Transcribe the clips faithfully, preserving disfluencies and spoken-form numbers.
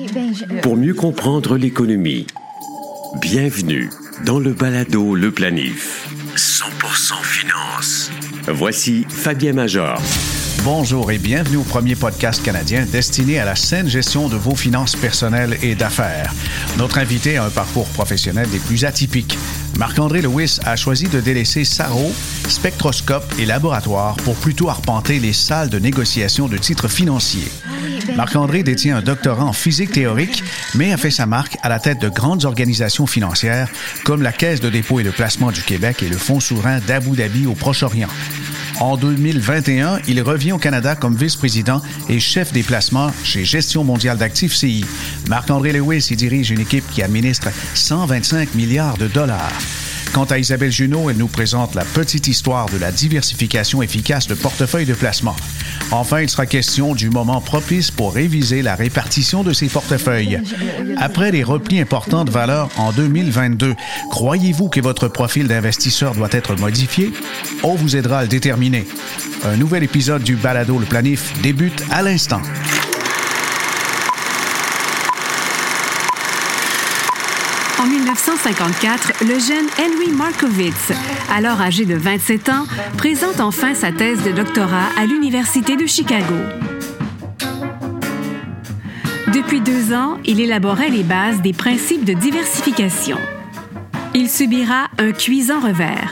ben, je... Pour mieux comprendre l'économie, bienvenue dans le balado Le Planif. cent pour cent finance. Voici Fabien Major. Bonjour et bienvenue au premier podcast canadien destiné à la saine gestion de vos finances personnelles et d'affaires. Notre invité a un parcours professionnel des plus atypiques. Marc-André Lewis a choisi de délaisser Saro, Spectroscope et Laboratoire pour plutôt arpenter les salles de négociation de titres financiers. Marc-André détient un doctorat en physique théorique, mais a fait sa marque à la tête de grandes organisations financières comme la Caisse de dépôt et de placement du Québec et le Fonds souverain d'Abu Dhabi au Proche-Orient. En deux mille vingt et un, il revient au Canada comme vice-président et chef des placements chez Gestion mondiale d'actifs C I. Marc-André Lewis y dirige une équipe qui administre cent vingt-cinq milliards de dollars. Quant à Isabelle Junot, elle nous présente la petite histoire de la diversification efficace de portefeuilles de placement. Enfin, il sera question du moment propice pour réviser la répartition de ces portefeuilles. Après les replis importants de valeur en deux mille vingt-deux, croyez-vous que votre profil d'investisseur doit être modifié? On vous aidera à le déterminer. Un nouvel épisode du balado Le Planif débute à l'instant. En dix-neuf cent cinquante-quatre, le jeune Henry Markowitz, alors âgé de vingt-sept ans, présente enfin sa thèse de doctorat à l'Université de Chicago. Depuis deux ans, il élaborait les bases des principes de diversification. Il subira un cuisant revers.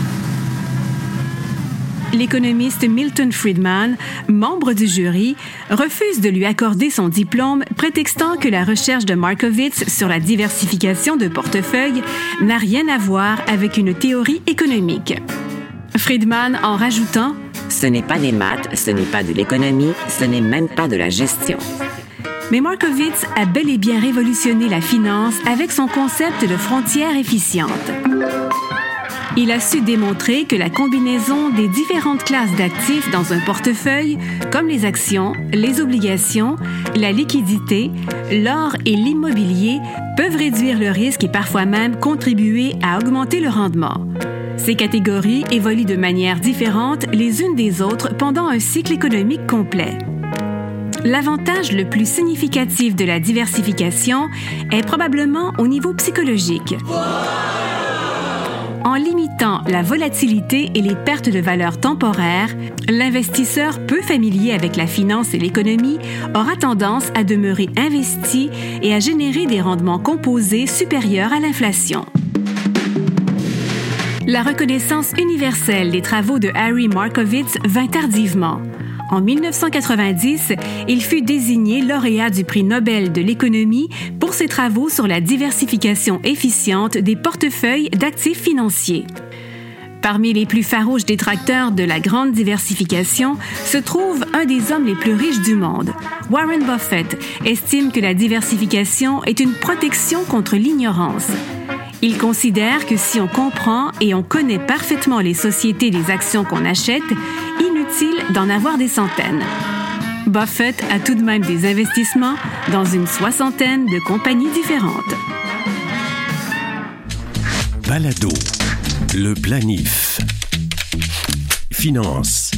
L'économiste Milton Friedman, membre du jury, refuse de lui accorder son diplôme, prétextant que la recherche de Markowitz sur la diversification de portefeuilles n'a rien à voir avec une théorie économique. Friedman en rajoutant « Ce n'est pas des maths, ce n'est pas de l'économie, ce n'est même pas de la gestion ». Mais Markowitz a bel et bien révolutionné la finance avec son concept de frontière efficiente. Il a su démontrer que la combinaison des différentes classes d'actifs dans un portefeuille, comme les actions, les obligations, la liquidité, l'or et l'immobilier, peuvent réduire le risque et parfois même contribuer à augmenter le rendement. Ces catégories évoluent de manière différente les unes des autres pendant un cycle économique complet. L'avantage le plus significatif de la diversification est probablement au niveau psychologique. En limitant la volatilité et les pertes de valeur temporaires, l'investisseur peu familier avec la finance et l'économie aura tendance à demeurer investi et à générer des rendements composés supérieurs à l'inflation. La reconnaissance universelle des travaux de Harry Markowitz vint tardivement. En dix-neuf cent quatre-vingt-dix, il fut désigné lauréat du prix Nobel de l'économie pour ses travaux sur la diversification efficiente des portefeuilles d'actifs financiers. Parmi les plus farouches détracteurs de la grande diversification se trouve un des hommes les plus riches du monde. Warren Buffett estime que la diversification est une protection contre l'ignorance. Il considère que si on comprend et on connaît parfaitement les sociétés des actions qu'on achète, inutile d'en avoir des centaines. Buffett a tout de même des investissements dans une soixantaine de compagnies différentes. Balado, Le Planif. Finance.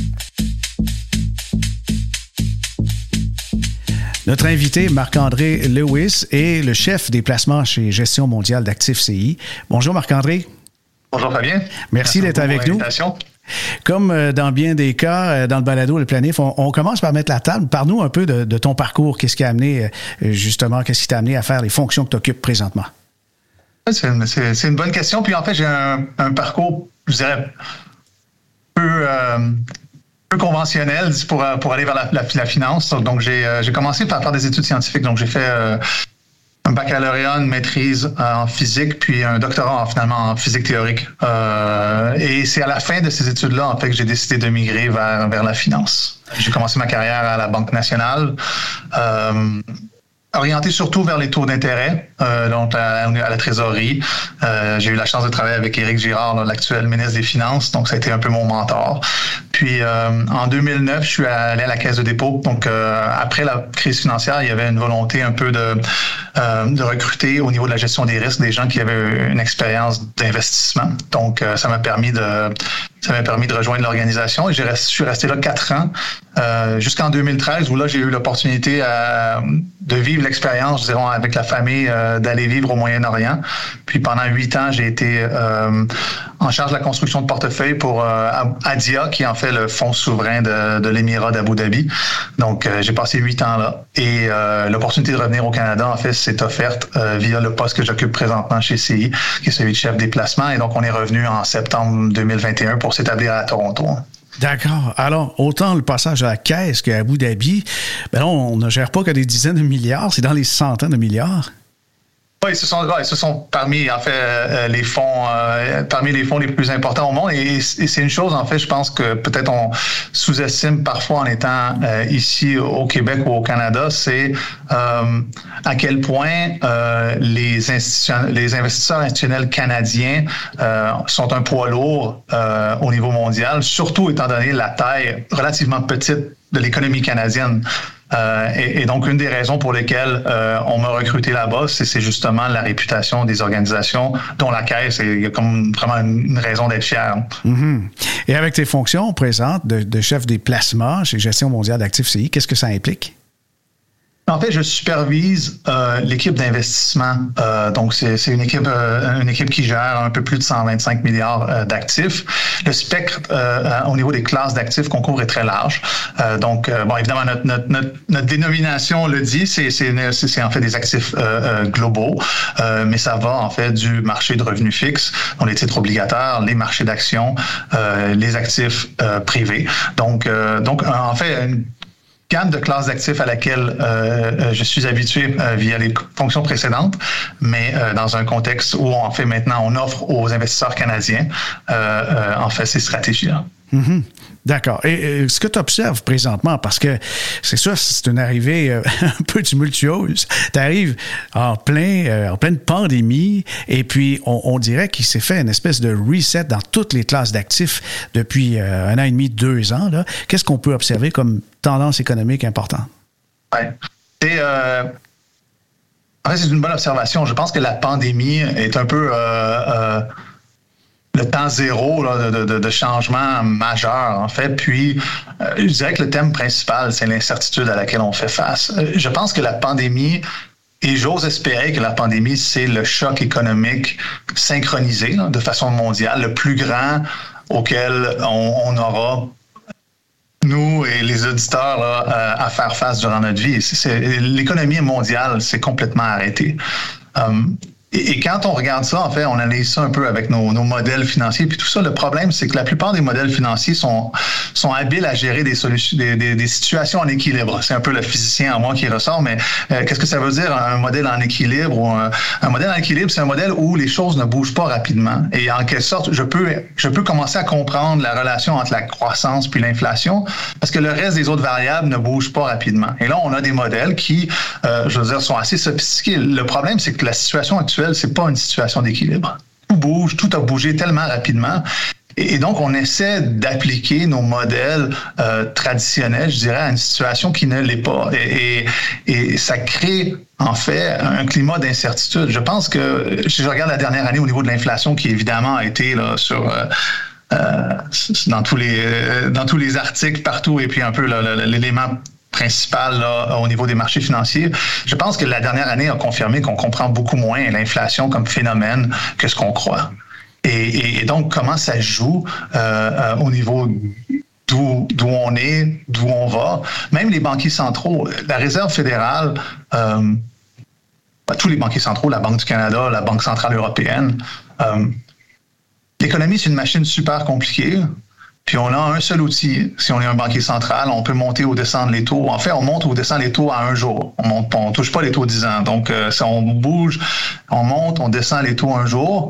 Notre invité, Marc-André Lewis, est le chef des placements chez Gestion mondiale d'actifs C I. Bonjour Marc-André. Bonjour Fabien. Merci, Merci d'être avec nous. Comme dans bien des cas, dans le balado Le Planif, on, on commence par mettre la table. Parle-nous un peu de, de ton parcours. Qu'est-ce qui a amené, justement, qu'est-ce qui t'a amené à faire les fonctions que tu occupes présentement? C'est une, c'est, c'est une bonne question. Puis en fait, j'ai un, un parcours, je dirais, peu... Euh, peu conventionnel pour, pour aller vers la, la, la finance. Donc, j'ai, j'ai commencé par faire des études scientifiques. Donc, j'ai fait euh, un baccalauréat, une maîtrise en physique, puis un doctorat en, finalement en physique théorique. Euh, et c'est à la fin de ces études-là, en fait, que j'ai décidé de migrer vers, vers la finance. J'ai commencé ma carrière à la Banque nationale. Euh, orienté surtout vers les taux d'intérêt, euh, donc à, à la trésorerie. Euh, j'ai eu la chance de travailler avec Éric Girard, là, l'actuel ministre des Finances, donc ça a été un peu mon mentor. Puis euh, en deux mille neuf, je suis allé à la Caisse de dépôt. Donc euh, après la crise financière, il y avait une volonté un peu de, euh, de recruter au niveau de la gestion des risques des gens qui avaient une expérience d'investissement. Donc euh, ça m'a permis de ça m'a permis de rejoindre l'organisation et j'ai resté, je suis resté là quatre ans euh, jusqu'en deux mille treize où là j'ai eu l'opportunité à de vivre l'expérience, je dirais, avec la famille, euh, d'aller vivre au Moyen-Orient. Puis pendant huit ans, j'ai été euh, en charge de la construction de portefeuille pour euh, Adia, qui est en fait le fonds souverain de, de l'Émirat d'Abu Dhabi. Donc, euh, j'ai passé huit ans là. Et euh, l'opportunité de revenir au Canada, en fait, s'est offerte euh, via le poste que j'occupe présentement chez C I, qui est celui de chef déplacement. Et donc, on est revenu en septembre deux mille vingt et un pour s'établir à Toronto. D'accord. Alors, autant le passage à la caisse qu'à Abu Dhabi, ben là, on ne gère pas que des dizaines de milliards, c'est dans les centaines de milliards. Oui, ce sont, ouais, ce sont parmi en fait euh, les fonds, euh, parmi les fonds les plus importants au monde. Et, et c'est une chose, en fait, je pense que peut-être on sous-estime parfois en étant euh, ici au Québec ou au Canada, c'est euh, à quel point euh, les, institutions, les investisseurs institutionnels canadiens euh, sont un poids lourd euh, au niveau mondial, surtout étant donné la taille relativement petite de l'économie canadienne. Euh, et, et donc, une des raisons pour lesquelles euh, on m'a recruté là-bas, c'est, c'est justement la réputation des organisations, dont la Caisse, et il y a comme vraiment une, une raison d'être fier. Mm-hmm. Et avec tes fonctions présentes de, de chef des placements chez Gestion mondiale d'actifs C I, qu'est-ce que ça implique? En fait, je supervise euh, l'équipe d'investissement. Euh, donc, c'est, c'est une équipe, euh, une équipe qui gère un peu plus de cent vingt-cinq milliards euh, d'actifs. Le spectre euh, au niveau des classes d'actifs qu'on couvre est très large. Euh, donc, euh, bon, évidemment, notre, notre, notre, notre dénomination le dit, c'est, c'est, c'est, c'est en fait des actifs euh, euh, globaux, euh, mais ça va en fait du marché de revenus fixes, dont les titres obligataires, les marchés d'actions, euh, les actifs euh, privés. Donc, euh, donc, en fait, une gamme de classes d'actifs à laquelle euh, je suis habitué euh, via les fonctions précédentes, mais euh, dans un contexte où en fait maintenant on offre aux investisseurs canadiens euh, euh, en fait ces stratégies-là. Mm-hmm. D'accord. Et, et ce que tu observes présentement, parce que c'est ça, c'est une arrivée euh, un peu tumultueuse. Tu arrives en, plein, euh, en pleine pandémie et puis on, on dirait qu'il s'est fait une espèce de reset dans toutes les classes d'actifs depuis euh, un an et demi, deux ans. Là. Qu'est-ce qu'on peut observer comme tendance économique importante? Oui. C'est, euh, en fait, c'est une bonne observation. Je pense que la pandémie est un peu... Euh, euh, le temps zéro là, de, de, de changement majeur, en fait. Puis, euh, je dirais que le thème principal, c'est l'incertitude à laquelle on fait face. Euh, je pense que la pandémie, et j'ose espérer que la pandémie, c'est le choc économique synchronisé là, de façon mondiale, le plus grand auquel on, on aura, nous et les auditeurs, là, à faire face durant notre vie. C'est, c'est, l'économie mondiale s'est complètement arrêtée. Um, Et, et quand on regarde ça, en fait, on analyse ça un peu avec nos, nos modèles financiers. Puis tout ça, le problème, c'est que la plupart des modèles financiers sont, sont habiles à gérer des, solutions, des, des, des situations en équilibre. C'est un peu le physicien en moi qui ressort, mais euh, qu'est-ce que ça veut dire un modèle en équilibre? Ou un, un modèle en équilibre, c'est un modèle où les choses ne bougent pas rapidement. Et en quelque sorte, je peux, je peux commencer à comprendre la relation entre la croissance puis l'inflation parce que le reste des autres variables ne bougent pas rapidement. Et là, on a des modèles qui, euh, je veux dire, sont assez sophistiqués. Le problème, c'est que la situation actuelle, c'est pas une situation d'équilibre. Tout bouge, tout a bougé tellement rapidement. Et donc, on essaie d'appliquer nos modèles euh, traditionnels, je dirais, à une situation qui ne l'est pas. Et, et, et ça crée, en fait, un climat d'incertitude. Je pense que, si je regarde la dernière année au niveau de l'inflation, qui évidemment a été là, sur... Euh, euh, dans tous les euh, dans tous les articles partout, et puis un peu là, l'élément principal là, au niveau des marchés financiers. Je pense que la dernière année a confirmé qu'on comprend beaucoup moins l'inflation comme phénomène que ce qu'on croit. Et, et, et donc, comment ça joue euh, euh, au niveau d'où, d'où on est, d'où on va. Même les banquiers centraux, la Réserve fédérale, euh, tous les banquiers centraux, la Banque du Canada, la Banque centrale européenne, euh, l'économie, c'est une machine super compliquée. Puis on a un seul outil. Si on est un banquier central, on peut monter ou descendre les taux. En fait, on monte ou descend les taux à un jour. On monte, on touche pas les taux dix ans. Donc, euh, si on bouge, on monte, on descend les taux un jour.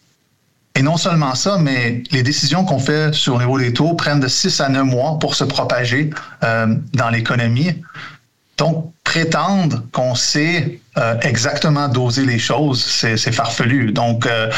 Et non seulement ça, mais les décisions qu'on fait sur le niveau des taux prennent de six à neuf mois pour se propager euh, dans l'économie. Donc, prétendre qu'on sait euh, exactement doser les choses, c'est, c'est farfelu. Donc, euh,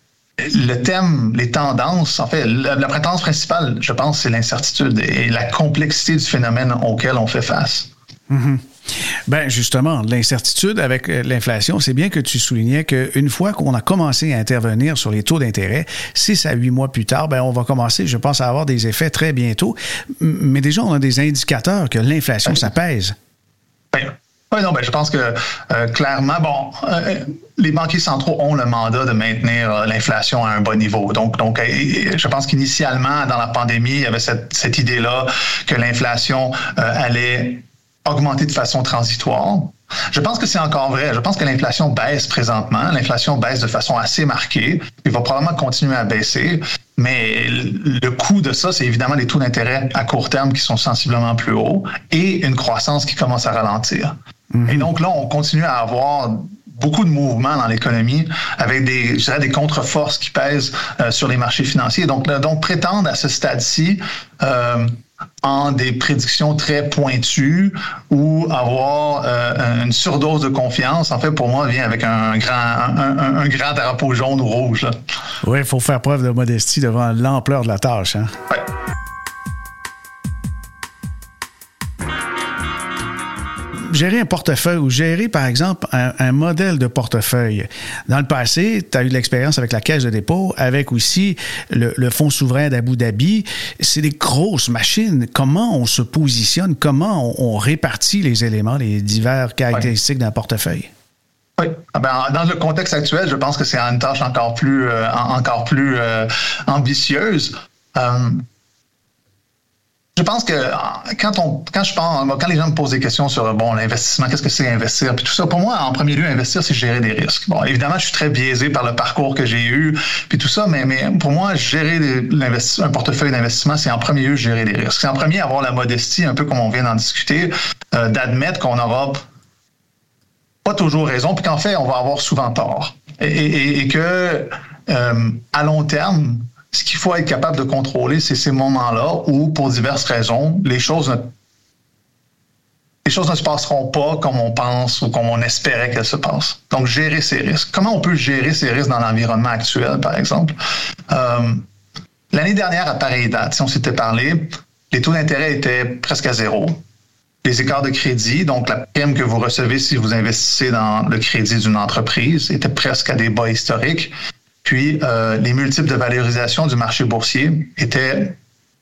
le thème, les tendances, en fait, la, la tendance principale, je pense, c'est l'incertitude et la complexité du phénomène auquel on fait face. Mm-hmm. Ben justement, l'incertitude avec l'inflation, c'est bien que tu soulignais qu'une fois qu'on a commencé à intervenir sur les taux d'intérêt, six à huit mois plus tard, ben on va commencer, je pense, à avoir des effets très bientôt. Mais déjà, on a des indicateurs que l'inflation, ça pèse. Oui. Oui, non, ben, je pense que euh, clairement, bon, euh, les banquiers centraux ont le mandat de maintenir euh, l'inflation à un bon niveau. Donc, donc euh, je pense qu'initialement, dans la pandémie, il y avait cette, cette idée-là que l'inflation euh, allait augmenter de façon transitoire. Je pense que c'est encore vrai. Je pense que l'inflation baisse présentement. L'inflation baisse de façon assez marquée. Il va probablement continuer à baisser. Mais le coût de ça, c'est évidemment les taux d'intérêt à court terme qui sont sensiblement plus hauts et une croissance qui commence à ralentir. Mm-hmm. Et donc là, on continue à avoir beaucoup de mouvements dans l'économie avec des, je dirais, des contre-forces qui pèsent euh, sur les marchés financiers. Donc, là, donc prétendre à ce stade-ci euh, en des prédictions très pointues ou avoir euh, une surdose de confiance, en fait, pour moi, vient avec un grand, un, un, un grand drapeau jaune ou rouge. Là. Oui, il faut faire preuve de modestie devant l'ampleur de la tâche. Hein? Oui. Gérer un portefeuille ou gérer, par exemple, un, un modèle de portefeuille. Dans le passé, tu as eu de l'expérience avec la Caisse de dépôt, avec aussi le, le Fonds souverain d'Abu Dhabi. C'est des grosses machines. Comment on se positionne? Comment on, on répartit les éléments, les diverses caractéristiques oui. d'un portefeuille? Oui. Ah ben, dans le contexte actuel, je pense que c'est une tâche encore plus, euh, encore plus euh, ambitieuse. Euh, Je pense que quand on, quand je parle, quand les gens me posent des questions sur bon l'investissement, qu'est-ce que c'est investir, puis tout ça, pour moi, en premier lieu, investir, c'est gérer des risques. Bon, évidemment, je suis très biaisé par le parcours que j'ai eu, puis tout ça, mais, mais pour moi, gérer un portefeuille d'investissement, c'est en premier lieu gérer des risques. C'est en premier avoir la modestie, un peu comme on vient d'en discuter, euh, d'admettre qu'on n'aura pas toujours raison, puis qu'en fait, on va avoir souvent tort, et, et, et que euh, à long terme, ce qu'il faut être capable de contrôler, c'est ces moments-là où, pour diverses raisons, les choses ne, les choses ne se passeront pas comme on pense ou comme on espérait qu'elles se passent. Donc, gérer ces risques. Comment on peut gérer ces risques dans l'environnement actuel, par exemple? Euh, l'année dernière, à pareille date, si on s'était parlé, les taux d'intérêt étaient presque à zéro. Les écarts de crédit, donc la prime que vous recevez si vous investissez dans le crédit d'une entreprise, étaient presque à des bas historiques. Puis, euh, les multiples de valorisation du marché boursier étaient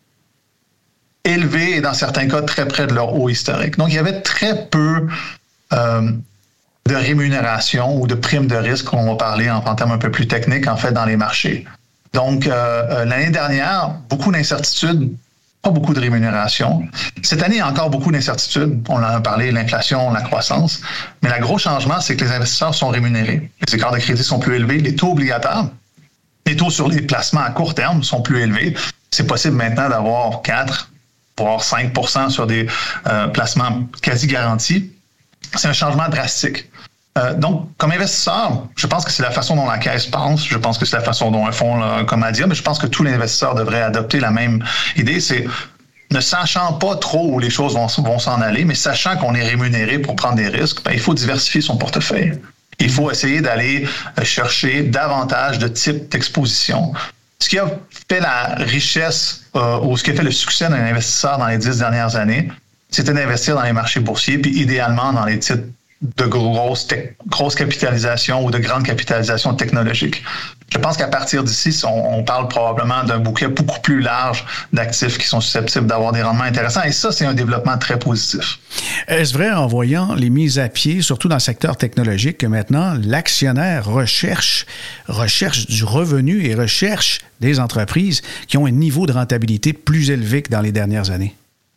élevés et, dans certains cas, très près de leur haut historique. Donc, il y avait très peu euh, de rémunération ou de primes de risque, on va parler en, en termes un peu plus techniques, en fait, dans les marchés. Donc, euh, l'année dernière, beaucoup d'incertitudes, pas beaucoup de rémunération. Cette année, il y a encore beaucoup d'incertitudes. On en a parlé, l'inflation, la croissance. Mais le gros changement, c'est que les investisseurs sont rémunérés. Les écarts de crédit sont plus élevés. Les taux obligataires, les taux sur les placements à court terme sont plus élevés. C'est possible maintenant d'avoir quatre, voire cinq pour cent sur des euh, placements quasi garantis. C'est un changement drastique. Euh, donc, comme investisseur, je pense que c'est la façon dont la Caisse pense. Je pense que c'est la façon dont un fonds là, comme Adia, mais je pense que tous les investisseurs devraient adopter la même idée. C'est ne sachant pas trop où les choses vont, vont s'en aller, mais sachant qu'on est rémunéré pour prendre des risques, ben, il faut diversifier son portefeuille. Il faut essayer d'aller chercher davantage de types d'exposition. Ce qui a fait la richesse euh, ou ce qui a fait le succès d'un investisseur dans les dix dernières années, c'était d'investir dans les marchés boursiers, puis idéalement dans les titres de grosses, te- grosses capitalisations ou de grandes capitalisations technologiques. Je pense qu'à partir d'ici, on, on parle probablement d'un bouquet beaucoup plus large d'actifs qui sont susceptibles d'avoir des rendements intéressants. Et ça, c'est un développement très positif. Est-ce vrai, en voyant les mises à pied, surtout dans le secteur technologique, que maintenant, l'actionnaire recherche, recherche du revenu et recherche des entreprises qui ont un niveau de rentabilité plus élevé que dans les dernières années?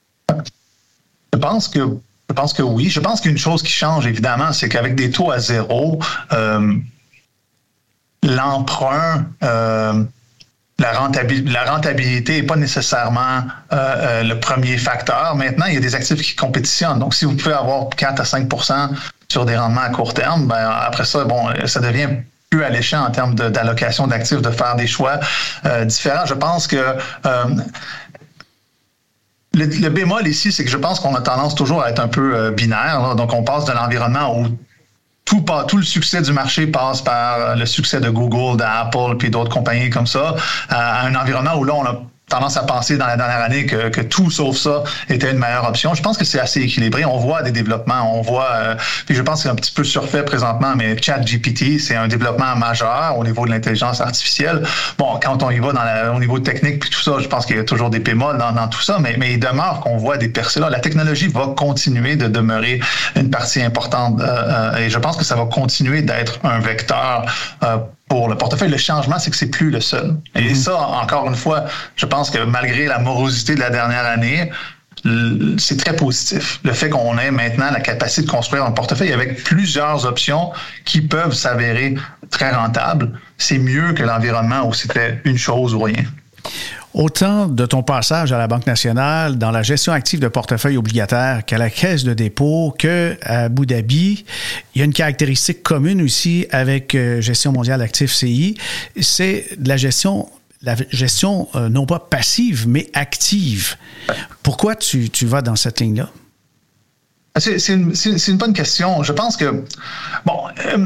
Je pense que Je pense que oui. Je pense qu'une chose qui change, évidemment, c'est qu'avec des taux à zéro, euh, l'emprunt, euh, la, rentabil- la rentabilité n'est pas nécessairement euh, euh, le premier facteur. Maintenant, il y a des actifs qui compétitionnent. Donc, si vous pouvez avoir quatre à cinq pour cent sur des rendements à court terme, ben, après ça, bon, ça devient plus alléchant en termes de, d'allocation d'actifs, de faire des choix euh, différents. Je pense que euh, Le, le bémol ici, c'est que je pense qu'on a tendance toujours à être un peu euh, binaire. Là. Donc, on passe de l'environnement où tout, tout le succès du marché passe par le succès de Google, d'Apple, puis d'autres compagnies comme ça, à un environnement où là, on a tendance à penser dans la dernière année que, que tout sauf ça était une meilleure option. Je pense que c'est assez équilibré. On voit des développements, on voit, euh, puis je pense que c'est un petit peu surfait présentement, mais ChatGPT, c'est un développement majeur au niveau de l'intelligence artificielle. Bon, quand on y va dans la, au niveau technique puis tout ça, je pense qu'il y a toujours des bémols dans, dans tout ça, mais, mais il demeure qu'on voit des percées là. La technologie va continuer de demeurer une partie importante euh, et je pense que ça va continuer d'être un vecteur euh, pour le portefeuille. Le changement, c'est que c'est plus le seul. Et mm-hmm. ça, encore une fois, je pense que malgré la morosité de la dernière année, c'est très positif. Le fait qu'on ait maintenant la capacité de construire un portefeuille avec plusieurs options qui peuvent s'avérer très rentables, c'est mieux que l'environnement où c'était une chose ou rien. Autant de ton passage à la Banque nationale, dans la gestion active de portefeuille obligataire qu'à la Caisse de dépôt, qu'à Abu Dhabi, il y a une caractéristique commune aussi avec euh, Gestion mondiale d'actifs C I, c'est de la gestion, la gestion euh, non pas passive, mais active. Pourquoi tu, tu vas dans cette ligne-là? C'est, c'est, une, c'est, c'est une bonne question. Je pense que, bon... Euh,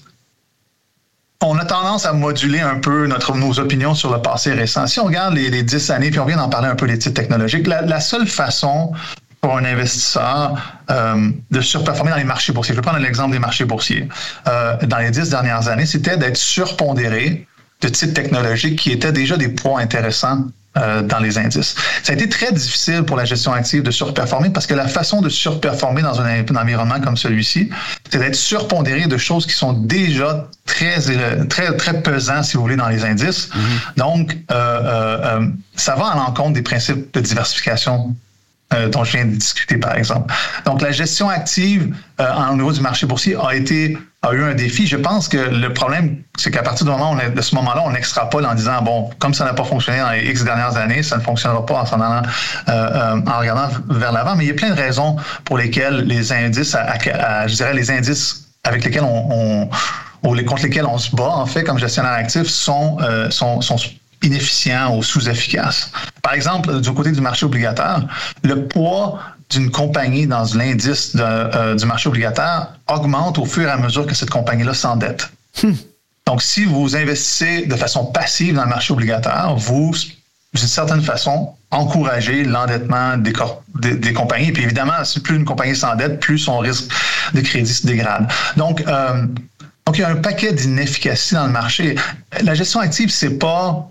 on a tendance à moduler un peu notre, nos opinions sur le passé récent. Si on regarde les, les dix années, puis on vient d'en parler un peu des titres technologiques, la, la seule façon pour un investisseur euh, de surperformer dans les marchés boursiers, je vais prendre l'exemple des marchés boursiers, euh, dans les dix dernières années, c'était d'être surpondéré de titres technologiques qui étaient déjà des poids intéressants Euh, dans les indices. Ça a été très difficile pour la gestion active de surperformer parce que la façon de surperformer dans un, un environnement comme celui-ci, c'est d'être surpondéré de choses qui sont déjà très, très, très pesantes, si vous voulez, dans les indices. Mm-hmm. Donc, euh, euh, ça va à l'encontre des principes de diversification euh, dont je viens de discuter, par exemple. Donc, la gestion active euh, au niveau du marché boursier a été a eu un défi. Je pense que le problème, c'est qu'à partir du moment où on est, de ce moment-là, on extrapole en disant, bon, comme ça n'a pas fonctionné dans les X dernières années, ça ne fonctionnera pas en s'en allant, euh, euh, en regardant vers l'avant. Mais il y a plein de raisons pour lesquelles les indices, à, à, à, je dirais les indices avec lesquels on, on ou les, contre lesquels on se bat, en fait, comme gestionnaire actif, sont, euh, sont, sont inefficients ou sous-efficaces. Par exemple, du côté du marché obligataire, le poids d'une compagnie dans l'indice de, euh, du marché obligataire augmente au fur et à mesure que cette compagnie-là s'endette. Hmm. Donc, si vous investissez de façon passive dans le marché obligataire, vous, d'une certaine façon, encouragez l'endettement des, cor- des, des compagnies. Puis évidemment, si plus une compagnie s'endette, plus son risque de crédit se dégrade. Donc, euh, donc il y a un paquet d'inefficacités dans le marché. La gestion active, c'est pas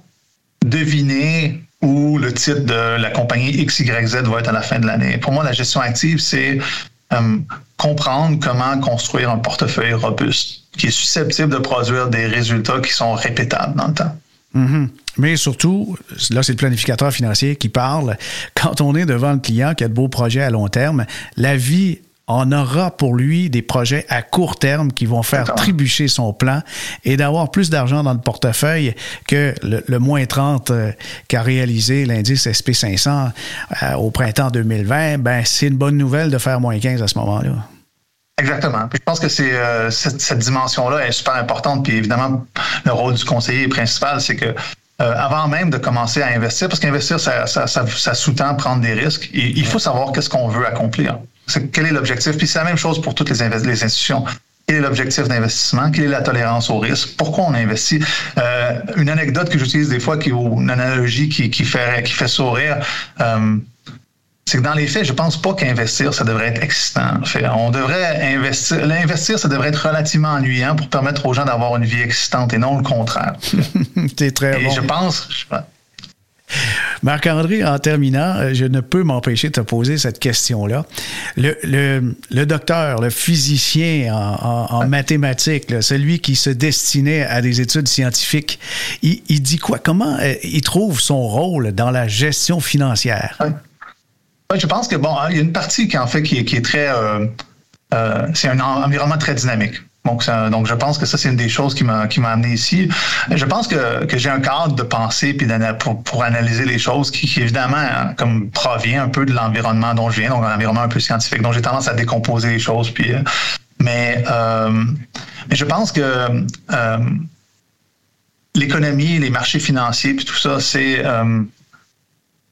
deviner où le titre de la compagnie X Y Z va être à la fin de l'année. Pour moi, la gestion active, c'est euh, comprendre comment construire un portefeuille robuste qui est susceptible de produire des résultats qui sont répétables dans le temps. Mm-hmm. Mais surtout, là, c'est le planificateur financier qui parle. Quand on est devant le client qui a de beaux projets à long terme, la vie on aura pour lui des projets à court terme qui vont faire trébucher son plan et d'avoir plus d'argent dans le portefeuille que le, le moins trente euh, qu'a réalisé l'indice S and P cinq cents euh, au printemps deux mille vingt, ben c'est une bonne nouvelle de faire moins quinze à ce moment-là. Exactement. Puis je pense que c'est euh, cette, cette dimension-là est super importante. Puis évidemment, le rôle du conseiller principal, c'est que Euh, avant même de commencer à investir, parce qu'investir, ça, ça, ça, ça sous-tend prendre des risques, il, il faut savoir qu'est-ce qu'on veut accomplir. C'est, quel est l'objectif? Puis c'est la même chose pour toutes les, invest- les institutions. Quel est l'objectif d'investissement? Quelle est la tolérance au risque? Pourquoi on investit? Euh, une anecdote que j'utilise des fois, qui, ou une analogie qui, qui, fait, qui fait sourire, euh, c'est que dans les faits, je pense pas qu'investir, ça devrait être excitant. En fait, on devrait investir. L'investir, ça devrait être relativement ennuyant pour permettre aux gens d'avoir une vie excitante et non le contraire. C'est très et bon. je pense... Je... Marc-André, en terminant, je ne peux m'empêcher de te poser cette question-là. Le, le, le docteur, le physicien en, en, en mathématiques, là, celui qui se destinait à des études scientifiques, il, il dit quoi? Comment euh, il trouve son rôle dans la gestion financière? Ouais. Ouais, je pense que, bon, il y a une partie qui, en fait, qui est, qui est très... Euh, euh, c'est un environnement très dynamique. Donc, ça, donc, je pense que ça, c'est une des choses qui m'a, qui m'a amené ici. Je pense que, que j'ai un cadre de pensée puis pour, pour analyser les choses qui, qui, évidemment, comme provient un peu de l'environnement dont je viens, donc un environnement un peu scientifique. Donc, j'ai tendance à décomposer les choses. Puis, euh, mais, euh, mais je pense que euh, l'économie, les marchés financiers puis tout ça, c'est... Euh,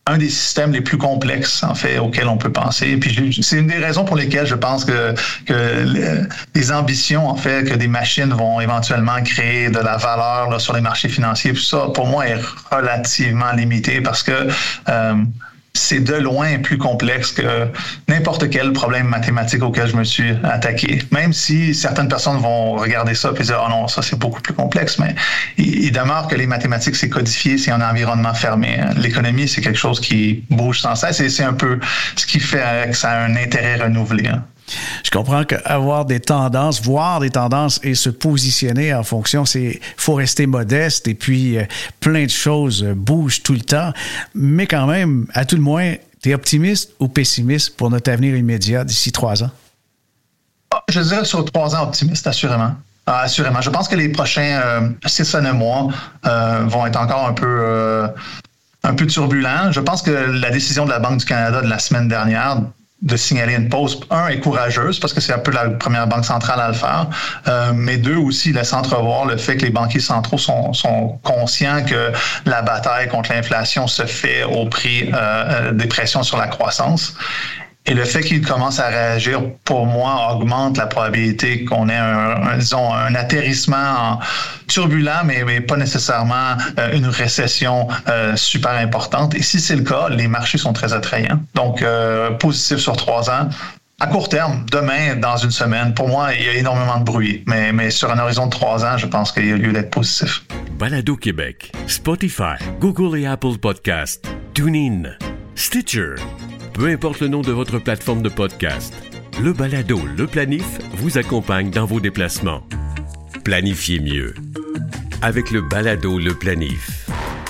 un des systèmes les plus complexes, en fait, auxquels on peut penser. Et puis, c'est une des raisons pour lesquelles je pense que, que les ambitions, en fait, que des machines vont éventuellement créer de la valeur là, sur les marchés financiers, tout ça, pour moi, est relativement limité parce que euh, c'est de loin plus complexe que n'importe quel problème mathématique auquel je me suis attaqué. Même si certaines personnes vont regarder ça et dire « Oh non, ça c'est beaucoup plus complexe », mais il, il demeure que les mathématiques, c'est codifié, c'est un environnement fermé. L'économie, c'est quelque chose qui bouge sans cesse et c'est un peu ce qui fait que ça a un intérêt renouvelé. Hein. Je comprends qu'avoir des tendances, voir des tendances et se positionner en fonction, c'est faut rester modeste et puis euh, plein de choses euh, bougent tout le temps. Mais quand même, à tout le moins, tu es optimiste ou pessimiste pour notre avenir immédiat d'ici trois ans? Je dirais sur trois ans optimiste, assurément. Ah, assurément. Je pense que les prochains euh, six à neuf mois euh, vont être encore un peu... Euh, un peu turbulents. Je pense que la décision de la Banque du Canada de la semaine dernière de signaler une pause, un, est courageuse parce que c'est un peu la première banque centrale à le faire, euh, mais deux, aussi, laisse entrevoir le fait que les banquiers centraux sont, sont conscients que la bataille contre l'inflation se fait au prix euh, des pressions sur la croissance. Et le fait qu'ils commencent à réagir, pour moi, augmente la probabilité qu'on ait un, un, disons, un atterrissement turbulent, mais, mais pas nécessairement euh, une récession euh, super importante. Et si c'est le cas, les marchés sont très attrayants. Donc, euh, positif sur trois ans. À court terme, demain, dans une semaine, pour moi, il y a énormément de bruit. Mais, mais sur un horizon de trois ans, je pense qu'il y a lieu d'être positif. Balado Québec, Spotify, Google et Apple Podcasts, TuneIn, Stitcher. Peu importe le nom de votre plateforme de podcast, le Balado Le Planif vous accompagne dans vos déplacements. Planifiez mieux avec le Balado Le Planif.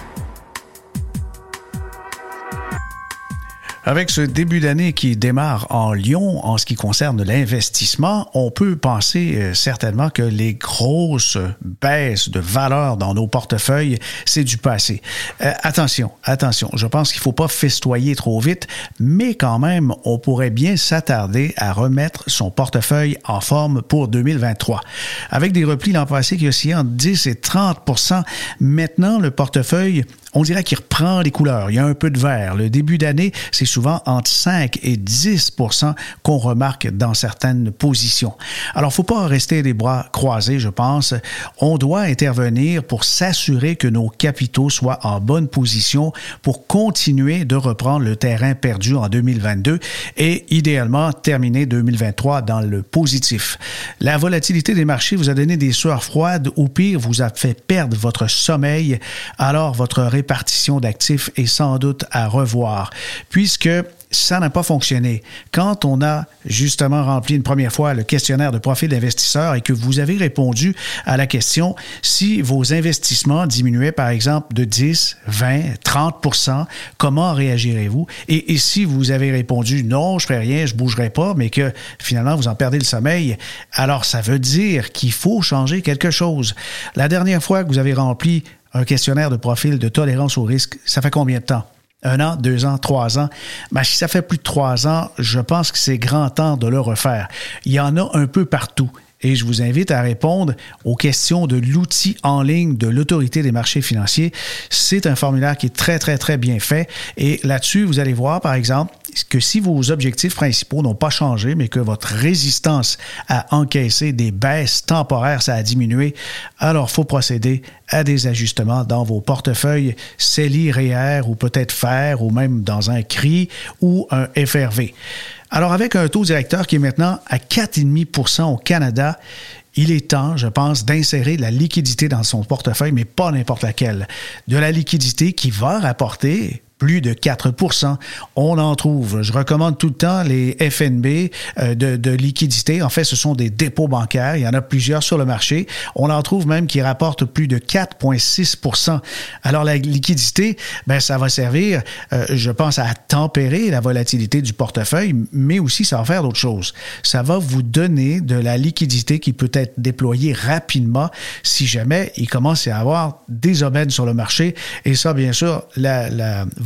Avec ce début d'année qui démarre en Lyon en ce qui concerne l'investissement, on peut penser euh, certainement que les grosses baisses de valeur dans nos portefeuilles, c'est du passé. Euh, attention, attention, je pense qu'il ne faut pas festoyer trop vite, mais quand même, on pourrait bien s'attarder à remettre son portefeuille en forme pour deux mille vingt-trois. Avec des replis l'an passé qui oscillaient entre dix et trente pour cent, maintenant, le portefeuille, on dirait qu'il reprend les couleurs. Il y a un peu de vert. Le début d'année, c'est souvent entre cinq et dix pour cent qu'on remarque dans certaines positions. Alors, il ne faut pas rester les bras croisés, je pense. On doit intervenir pour s'assurer que nos capitaux soient en bonne position pour continuer de reprendre le terrain perdu en deux mille vingt-deux et idéalement terminer deux mille vingt-trois dans le positif. La volatilité des marchés vous a donné des sueurs froides ou pire, vous a fait perdre votre sommeil. Alors, votre répartition d'actifs est sans doute à revoir, puisque ça n'a pas fonctionné. Quand on a justement rempli une première fois le questionnaire de profil d'investisseur et que vous avez répondu à la question si vos investissements diminuaient par exemple de dix, vingt, trente pour cent, comment réagirez-vous? Et, et si vous avez répondu non, je ne ferai rien, je ne bougerai pas, mais que finalement vous en perdez le sommeil, alors ça veut dire qu'il faut changer quelque chose. La dernière fois que vous avez rempli un questionnaire de profil de tolérance au risque, ça fait combien de temps? Un an, deux ans, trois ans. Ben, si ça fait plus de trois ans, je pense que c'est grand temps de le refaire. Il y en a un peu partout. Et je vous invite à répondre aux questions de l'outil en ligne de l'Autorité des marchés financiers. C'est un formulaire qui est très, très, très bien fait. Et là-dessus, vous allez voir, par exemple, que si vos objectifs principaux n'ont pas changé, mais que votre résistance à encaisser des baisses temporaires, ça a diminué, alors il faut procéder à des ajustements dans vos portefeuilles C E L I, R E E R ou peut-être F E R ou même dans un C R I ou un F R V. Alors, avec un taux directeur qui est maintenant à quatre virgule cinq pour cent au Canada, il est temps, je pense, d'insérer de la liquidité dans son portefeuille, mais pas n'importe laquelle. De la liquidité qui va rapporter plus de quatre pour cent. On en trouve. Je recommande tout le temps les F N B euh, de, de liquidité. En fait, ce sont des dépôts bancaires. Il y en a plusieurs sur le marché. On en trouve même qui rapportent plus de quatre virgule six pour cent. Alors, la liquidité, ben, ça va servir, euh, je pense, à tempérer la volatilité du portefeuille, mais aussi ça va faire d'autres choses. Ça va vous donner de la liquidité qui peut être déployée rapidement si jamais il commence à y avoir des aubaines sur le marché. Et ça, bien sûr, la, la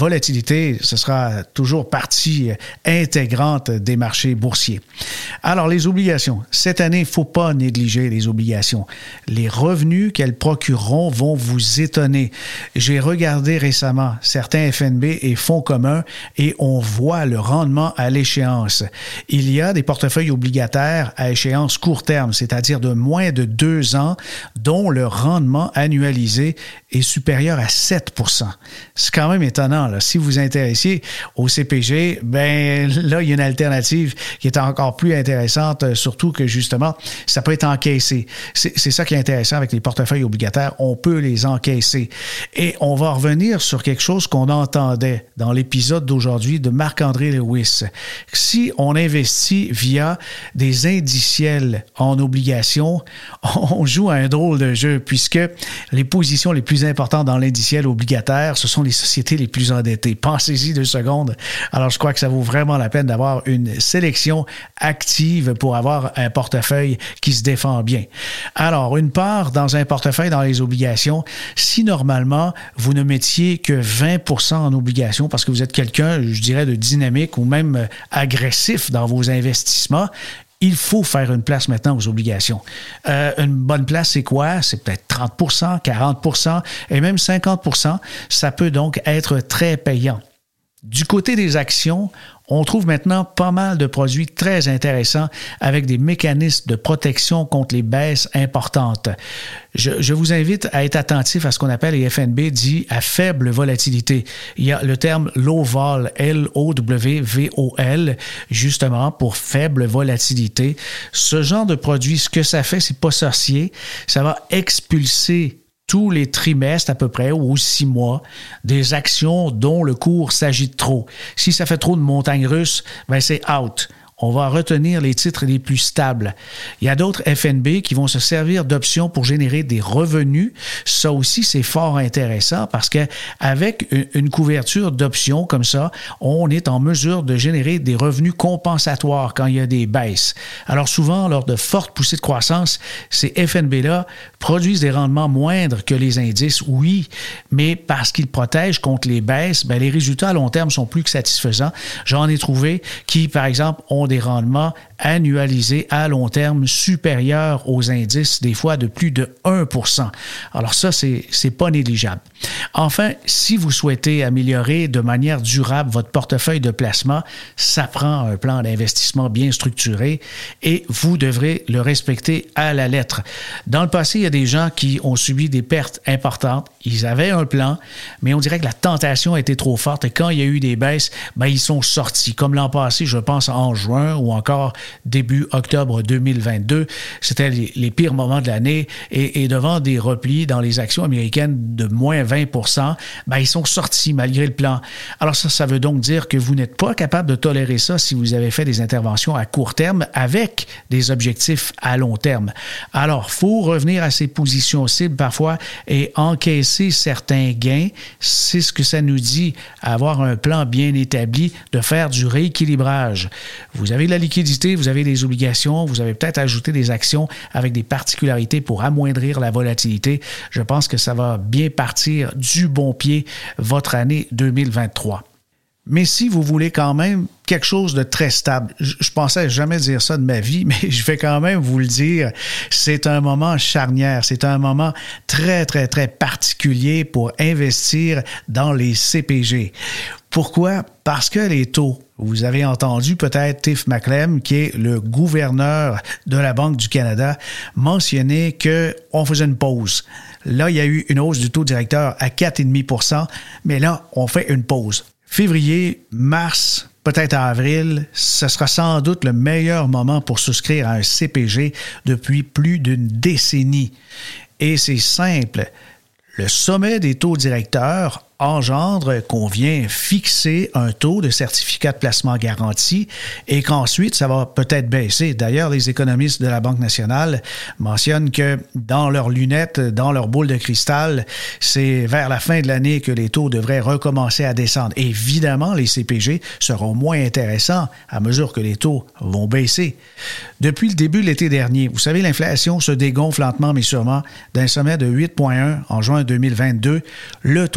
volatilité, ce sera toujours partie intégrante des marchés boursiers. Alors, les obligations. Cette année, il ne faut pas négliger les obligations. Les revenus qu'elles procureront vont vous étonner. J'ai regardé récemment certains F N B et fonds communs et on voit le rendement à l'échéance. Il y a des portefeuilles obligataires à échéance court terme, c'est-à-dire de moins de deux ans, dont le rendement annualisé est supérieur à sept pour cent. C'est quand même étonnant, là. Si vous vous intéressiez au C P G, ben là, il y a une alternative qui est encore plus intéressante, surtout que justement, ça peut être encaissé. C'est, c'est ça qui est intéressant avec les portefeuilles obligataires. On peut les encaisser. Et on va revenir sur quelque chose qu'on entendait dans l'épisode d'aujourd'hui de Marc-André Lewis. Si on investit via des indiciels en obligations, on joue à un drôle de jeu puisque les positions les plus importantes dans l'indiciel obligataire, ce sont les sociétés les plus endettées. Pensez-y deux secondes. Alors, je crois que ça vaut vraiment la peine d'avoir une sélection active pour avoir un portefeuille qui se défend bien. Alors, une part dans un portefeuille dans les obligations, si normalement, vous ne mettiez que vingt pour cent en obligations parce que vous êtes quelqu'un, je dirais, de dynamique ou même agressif dans vos investissements, il faut faire une place maintenant aux obligations. Euh, une bonne place, c'est quoi? C'est peut-être trente pour cent, quarante pour cent et même cinquante pour cent. Ça peut donc être très payant. Du côté des actions, on trouve maintenant pas mal de produits très intéressants avec des mécanismes de protection contre les baisses importantes. Je, je vous invite à être attentif à ce qu'on appelle les F N B dits à faible volatilité. Il y a le terme low vol, L O W V O L, justement pour faible volatilité. Ce genre de produit, ce que ça fait, c'est pas sorcier. Ça va expulser tous les trimestres à peu près, ou aux six mois, des actions dont le cours s'agite trop. Si ça fait trop de montagnes russes, ben c'est out. On va retenir les titres les plus stables. Il y a d'autres F N B qui vont se servir d'options pour générer des revenus. Ça aussi, c'est fort intéressant parce qu'avec une couverture d'options comme ça, on est en mesure de générer des revenus compensatoires quand il y a des baisses. Alors souvent, lors de fortes poussées de croissance, ces F N B-là produisent des rendements moindres que les indices, oui, mais parce qu'ils protègent contre les baisses, ben les résultats à long terme sont plus que satisfaisants. J'en ai trouvé qui, par exemple, ont des rendements annualisés à long terme supérieurs aux indices, des fois de plus de un pour cent. Alors ça, c'est, c'est pas négligeable. Enfin, si vous souhaitez améliorer de manière durable votre portefeuille de placement, ça prend un plan d'investissement bien structuré et vous devrez le respecter à la lettre. Dans le passé, il y a des gens qui ont subi des pertes importantes. Ils avaient un plan, mais on dirait que la tentation a été trop forte et quand il y a eu des baisses, ben, ils sont sortis. Comme l'an passé, je pense en juin ou encore début octobre deux mille vingt-deux. C'était les, les pires moments de l'année et, et devant des replis dans les actions américaines de moins vingt pour cent, ben, ils sont sortis malgré le plan. Alors ça, ça veut donc dire que vous n'êtes pas capable de tolérer ça si vous avez fait des interventions à court terme avec des objectifs à long terme. Alors, il faut revenir à ces positions cibles parfois et encaisser certains gains. C'est ce que ça nous dit, avoir un plan bien établi, de faire du rééquilibrage. Vous avez de la liquidité, vous avez des obligations, vous avez peut-être ajouté des actions avec des particularités pour amoindrir la volatilité. Je pense que ça va bien partir du bon pied votre année deux mille vingt-trois. Mais si vous voulez quand même quelque chose de très stable, je, je pensais jamais dire ça de ma vie, mais je vais quand même vous le dire, c'est un moment charnière, c'est un moment très, très, très particulier pour investir dans les C P G. Pourquoi? Parce que les taux, vous avez entendu peut-être Tiff Macklem, qui est le gouverneur de la Banque du Canada, mentionner qu'on faisait une pause. Là, il y a eu une hausse du taux directeur à quatre virgule cinq pour cent, mais là, on fait une pause. Février, mars, peut-être avril, ce sera sans doute le meilleur moment pour souscrire à un C P G depuis plus d'une décennie. Et c'est simple. Le sommet des taux directeurs engendre qu'on vient fixer un taux de certificat de placement garanti et qu'ensuite, ça va peut-être baisser. D'ailleurs, les économistes de la Banque nationale mentionnent que dans leurs lunettes, dans leur boule de cristal, c'est vers la fin de l'année que les taux devraient recommencer à descendre. Évidemment, les C P G seront moins intéressants à mesure que les taux vont baisser. Depuis le début de l'été dernier, vous savez, l'inflation se dégonfle lentement mais sûrement d'un sommet de huit virgule un en juin deux mille vingt-deux. Le taux d'inflation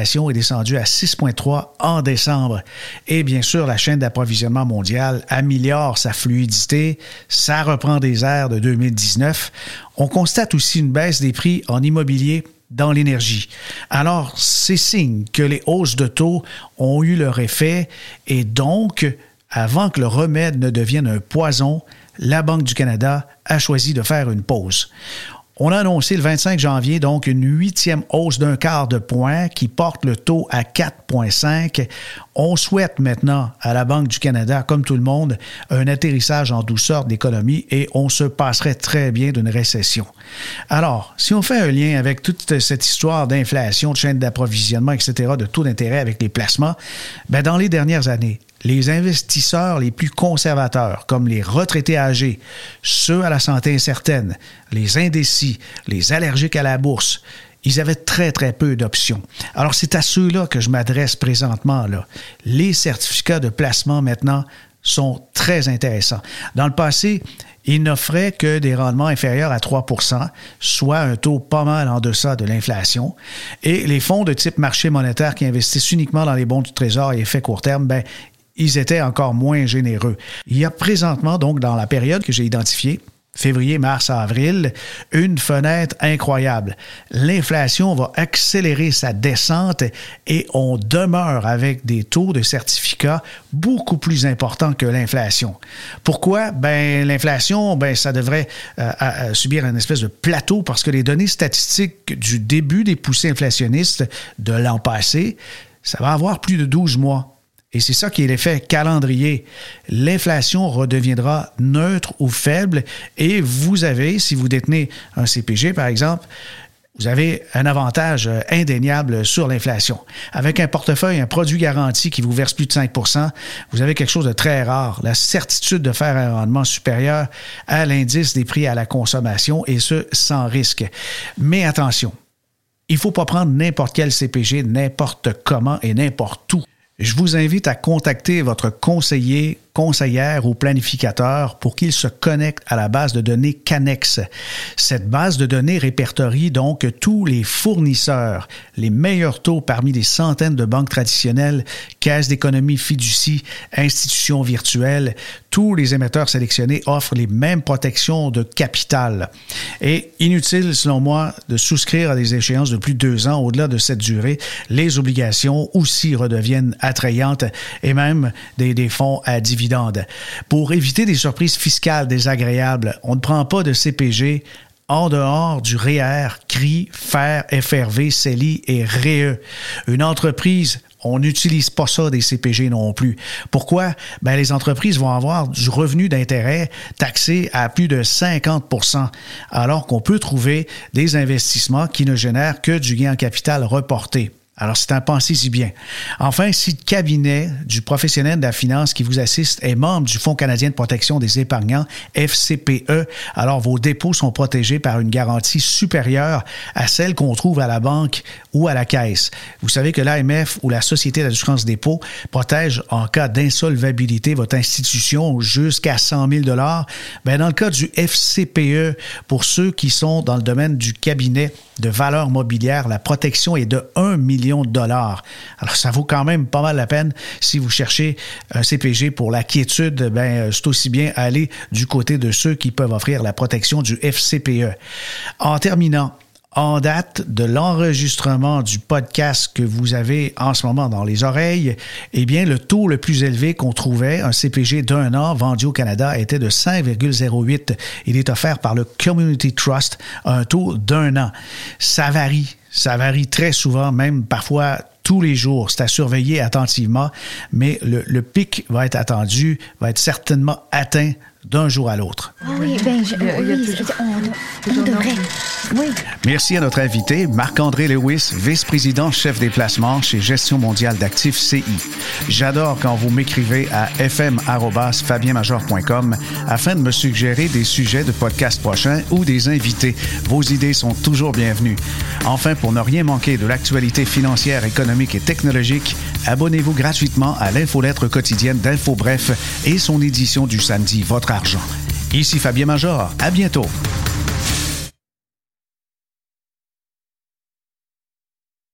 l'inflation est descendue à six virgule trois en décembre. Et bien sûr, la chaîne d'approvisionnement mondiale améliore sa fluidité. Ça reprend des airs de deux mille dix-neuf. On constate aussi une baisse des prix en immobilier dans l'énergie. Alors, c'est signe que les hausses de taux ont eu leur effet et donc, avant que le remède ne devienne un poison, la Banque du Canada a choisi de faire une pause. On a annoncé le vingt-cinq janvier donc une huitième hausse d'un quart de point qui porte le taux à quatre virgule cinq. On souhaite maintenant à la Banque du Canada, comme tout le monde, un atterrissage en douceur de l'économie et on se passerait très bien d'une récession. Alors, si on fait un lien avec toute cette histoire d'inflation, de chaîne d'approvisionnement, et cetera, de taux d'intérêt avec les placements, bien, dans les dernières années, les investisseurs les plus conservateurs, comme les retraités âgés, ceux à la santé incertaine, les indécis, les allergiques à la bourse, ils avaient très, très peu d'options. Alors, c'est à ceux-là que je m'adresse présentement, là. Les certificats de placement, maintenant, sont très intéressants. Dans le passé, ils n'offraient que des rendements inférieurs à trois pour cent, soit un taux pas mal en deçà de l'inflation. Et les fonds de type marché monétaire qui investissent uniquement dans les bons du Trésor et effets court terme, ben ils étaient encore moins généreux. Il y a présentement, donc, dans la période que j'ai identifiée, février, mars, avril, une fenêtre incroyable. L'inflation va accélérer sa descente et on demeure avec des taux de certificats beaucoup plus importants que l'inflation. Pourquoi? Ben, l'inflation, ben, ça devrait euh, à, à subir une espèce de plateau parce que les données statistiques du début des poussées inflationnistes de l'an passé, ça va avoir plus de douze mois. Et c'est ça qui est l'effet calendrier. L'inflation redeviendra neutre ou faible et vous avez, si vous détenez un C P G par exemple, vous avez un avantage indéniable sur l'inflation. Avec un portefeuille, un produit garanti qui vous verse plus de cinq pour cent, vous avez quelque chose de très rare, la certitude de faire un rendement supérieur à l'indice des prix à la consommation et ce, sans risque. Mais attention, il ne faut pas prendre n'importe quel C P G, n'importe comment et n'importe où. Je vous invite à contacter votre conseiller, conseillère ou planificateur pour qu'il se connecte à la base de données Canex. Cette base de données répertorie donc tous les fournisseurs, les meilleurs taux parmi des centaines de banques traditionnelles, caisses d'économie fiducie, institutions virtuelles. Tous les émetteurs sélectionnés offrent les mêmes protections de capital. Et inutile, selon moi, de souscrire à des échéances de plus de deux ans. Au-delà de cette durée, les obligations aussi redeviennent attrayantes et même des, des fonds à dividendes. Pour éviter des surprises fiscales désagréables, on ne prend pas de C P G en dehors du R E E R, C R I, F E R, F R V, C E L I et R E E. Une entreprise, on n'utilise pas ça des C P G non plus. Pourquoi? Ben, les entreprises vont avoir du revenu d'intérêt taxé à plus de cinquante pour cent, alors qu'on peut trouver des investissements qui ne génèrent que du gain en capital reporté. Alors, c'est un pensez-y bien. Enfin, si le cabinet du professionnel de la finance qui vous assiste est membre du Fonds canadien de protection des épargnants, F C P E, alors vos dépôts sont protégés par une garantie supérieure à celle qu'on trouve à la banque ou à la caisse. Vous savez que l'A M F ou la Société d'assurance dépôt protège en cas d'insolvabilité votre institution jusqu'à cent mille dollars. Bien, dans le cas du F C P E, pour ceux qui sont dans le domaine du cabinet de valeurs mobilières, la protection est de un million de dollars. Alors, ça vaut quand même pas mal la peine si vous cherchez un C P G pour la quiétude. Ben, c'est aussi bien aller du côté de ceux qui peuvent offrir la protection du F C P E. En terminant, en date de l'enregistrement du podcast que vous avez en ce moment dans les oreilles, eh bien, le taux le plus élevé qu'on trouvait, un C P G d'un an vendu au Canada, était de cinq virgule zéro huit. Il est offert par le Community Trust, un taux d'un an. Ça varie. Ça varie très souvent, même parfois tous les jours. C'est à surveiller attentivement, mais le, le pic va être attendu, va être certainement atteint d'un jour à l'autre. Ah oui, bien, je, oui, on, on devrait. Oui. Merci à notre invité, Marc-André Lewis, vice-président chef des placements chez Gestion mondiale d'actifs C I. J'adore quand vous m'écrivez à f m arobase fabien major point com afin de me suggérer des sujets de podcast prochains ou des invités. Vos idées sont toujours bienvenues. Enfin, pour ne rien manquer de l'actualité financière, économique et technologique, abonnez-vous gratuitement à l'infolettre quotidienne d'InfoBref et son édition du samedi, Votre argent. Ici Fabien Major. À bientôt.